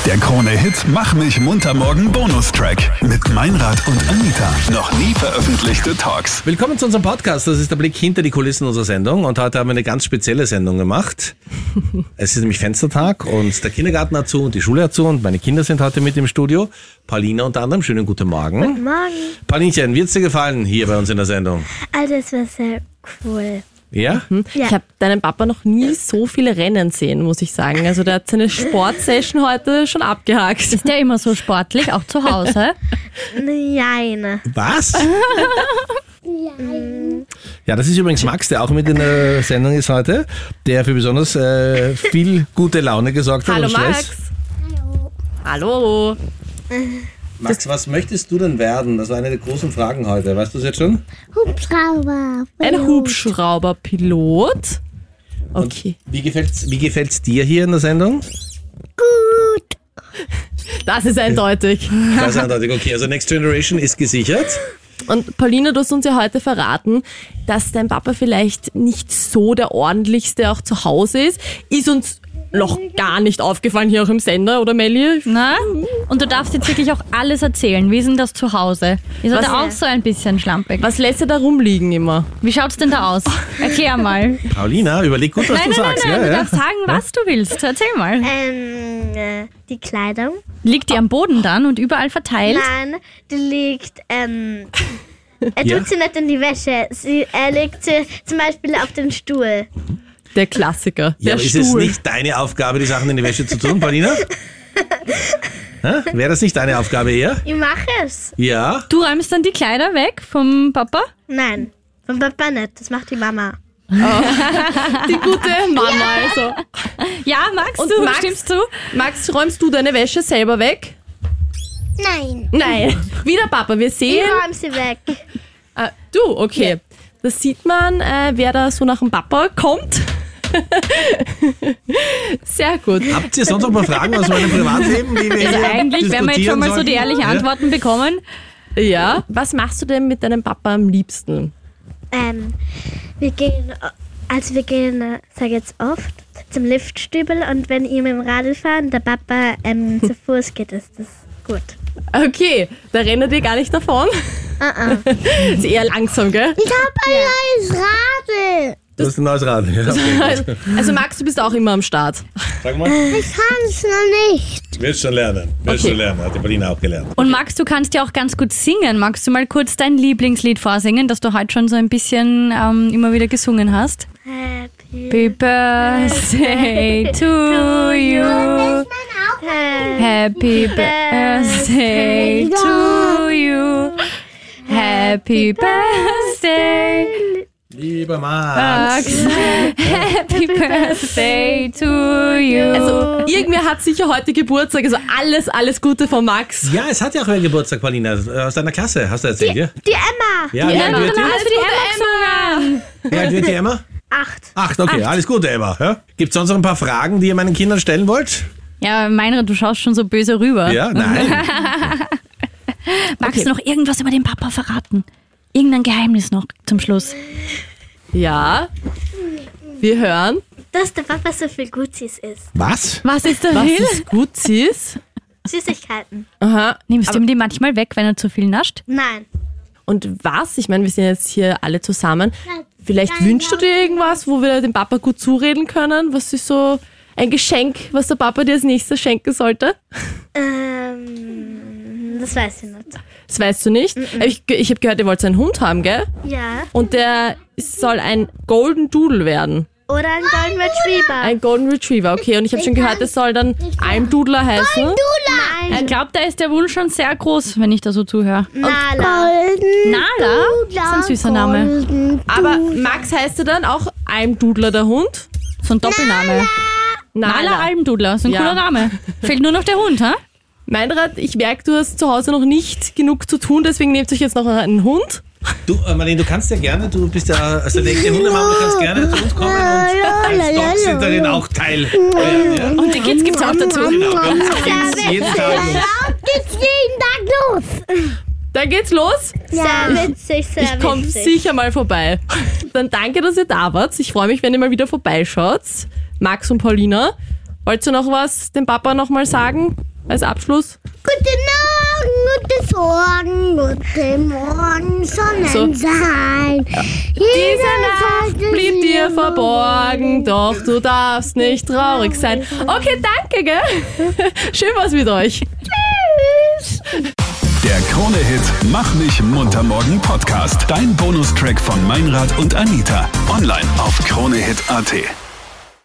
Der Krone-Hit Mach mich munter morgen Bonustrack mit Meinrad und Anita. Noch nie veröffentlichte Talks. Willkommen zu unserem Podcast. Das ist der Blick hinter die Kulissen unserer Sendung. Und heute haben wir eine ganz spezielle Sendung gemacht. Es ist nämlich Fenstertag und der Kindergarten hat zu und die Schule hat zu und meine Kinder sind heute mit im Studio. Paulina unter anderem. Schönen guten Morgen. Guten Morgen. Paulinchen, wie hat's dir gefallen hier bei uns in der Sendung? Also es war sehr cool. Ja? Ja. Ich habe deinen Papa noch nie so viele Rennen sehen, muss ich sagen. Also der hat seine Sportsession heute schon abgehakt. Ist der immer so sportlich, auch zu Hause? Nein. Was? Ja, das ist übrigens Max, der auch mit in der Sendung ist heute, der für besonders viel gute Laune gesorgt hat. Hallo und Stress. Max. Hallo. Max, was möchtest du denn werden? Das war eine der großen Fragen heute. Weißt du es jetzt schon? Hubschrauber. Ein Hubschrauberpilot. Okay. Wie gefällt's dir hier in der Sendung? Gut. Das ist eindeutig. Das ist eindeutig. Okay, also Next Generation ist gesichert. Und Paulina, du hast uns ja heute verraten, dass dein Papa vielleicht nicht so der ordentlichste auch zu Hause ist. Ist uns noch gar nicht aufgefallen hier auch im Sender, oder Melli? Na? Und du darfst jetzt wirklich auch alles erzählen. Wie ist denn das zu Hause? Ist er Was- da auch so ein bisschen schlampig? Was lässt er da rumliegen immer? Wie schaut's denn da aus? Erklär mal. Paulina, überleg gut, was Nein, du nein, sagst. nein, nein, ja, du ja. darfst sagen, was du willst. Erzähl mal. Die Kleidung. Liegt die am Boden dann und überall verteilt? Nein, die liegt, er Ja. tut sie nicht in die Wäsche. Er legt sie zum Beispiel auf den Stuhl. Der Klassiker, Ja, der aber ist es Stuhl. nicht deine Aufgabe, die Sachen in die Wäsche zu tun, Paulina? Wäre das nicht deine Aufgabe eher? Ich mache es. Ja. Du räumst dann die Kleider weg vom Papa? Nein, von Papa nicht. Das macht die Mama. Die gute Mama also. Ja, Max, Und du Max? stimmst zu? Max, räumst du deine Wäsche selber weg? Nein. Nein. Wieder Papa, wir Ich sehen... räume sie weg. Du, okay. Das sieht man, wer da so nach dem Papa kommt. Sehr gut. Habt ihr sonst noch mal Fragen aus meinem Privatleben, die wir Also hier eigentlich, wenn wir jetzt schon mal so die diskutieren ehrlichen sollten? Antworten bekommen. Ja. Was machst du denn mit deinem Papa am liebsten? Wir gehen, sag jetzt oft, zum Liftstübel und wenn ihr mit dem Radl fahren, der Papa zu Fuß geht, ist das gut. Okay, da rennt ihr gar nicht davon. Ist eher langsam, gell? Ich habe ein neues Radl. Du hast ein neues Rad. Ja, okay. Also Max, du bist auch immer am Start. Sag mal. Ich kann es noch nicht. Willst schon lernen. Okay. Hat die Paulina auch gelernt. Und Max, du kannst ja auch ganz gut singen. Magst du mal kurz dein Lieblingslied vorsingen, das du heute schon so ein bisschen immer wieder gesungen hast? Happy Birthday to you. Happy Birthday to you. Happy Birthday, Lieber Max. Max. Happy Birthday to you. Also irgendwer hat sicher heute Geburtstag. Also alles Gute von Max. Ja, es hat ja auch einen Geburtstag, Paulina, aus deiner Klasse, hast du erzählt, ja? Die Emma. Ja, wie alt wird Dann hast du die Emma gesungen. die? Wie alt wird die Emma? 8. 8, okay, alles Gute, Emma. Ja? Gibt es sonst noch ein paar Fragen, die ihr meinen Kindern stellen wollt? Ja, Meinrad, du schaust schon so böse rüber. Ja, nein. Magst du noch irgendwas über den Papa verraten? Irgendein Geheimnis noch zum Schluss. Ja, wir hören. Dass der Papa so viel Gutsis isst. Was? Was ist da Was will? ist Gutsis? Süßigkeiten. Aha. Nimmst du ihm die manchmal weg, wenn er zu viel nascht? Nein. Und was? Ich meine, wir sind jetzt hier alle zusammen. Vielleicht wünschst du dir irgendwas, wo wir dem Papa gut zureden können? Was ist so ein Geschenk, was der Papa dir als nächstes schenken sollte? Das weiß ich nicht. Das weißt du nicht. Ich habe gehört, ihr wollt einen Hund haben, gell? Ja. Und der soll ein Golden Doodle werden. Oder ein Golden Retriever. Ein Golden Retriever, okay. Und ich habe schon gehört, das soll dann Almdudler heißen. Ich glaube, da ist der Wunsch schon sehr groß, wenn ich da so zuhöre. Nala. Nala? Das ist ein süßer Name. Aber Max heißt er dann auch Almdudler, der Hund? So ein Doppelname. Nala Almdudler, so ein Ja. cooler Name. Fehlt nur noch der Hund, ha? Meinrad, ich merke, du hast zu Hause noch nicht genug zu tun, deswegen nehmt euch jetzt noch einen Hund. Du, Marlene, du kannst ja gerne, du bist ja also der echte Hundemama, du kannst gerne zu uns kommen und als Dog-Sitterin auch Teil werden. Ja? Und die Kids gibt's auch dazu. Genau, bei uns geht's jeden Tag los. Geht's jeden Tag los. Dann geht's los. Sehr witzig, sehr Ich komme witzig. sicher mal vorbei. Dann danke, dass ihr da wart. Ich freue mich, wenn ihr mal wieder vorbeischaut. Max und Paulina, wollt ihr noch was dem Papa noch mal sagen? als Abschluss? Guten Morgen, guten Morgen, Sonnenschein. Diese Nacht blieb dir verborgen, doch du darfst nicht traurig sein. Okay, danke, gell? Schön war's mit euch. Tschüss. Der Krone-Hit Mach mich munter morgen Podcast. Dein Bonustrack von Meinrad und Anita. Online auf kronehit.at.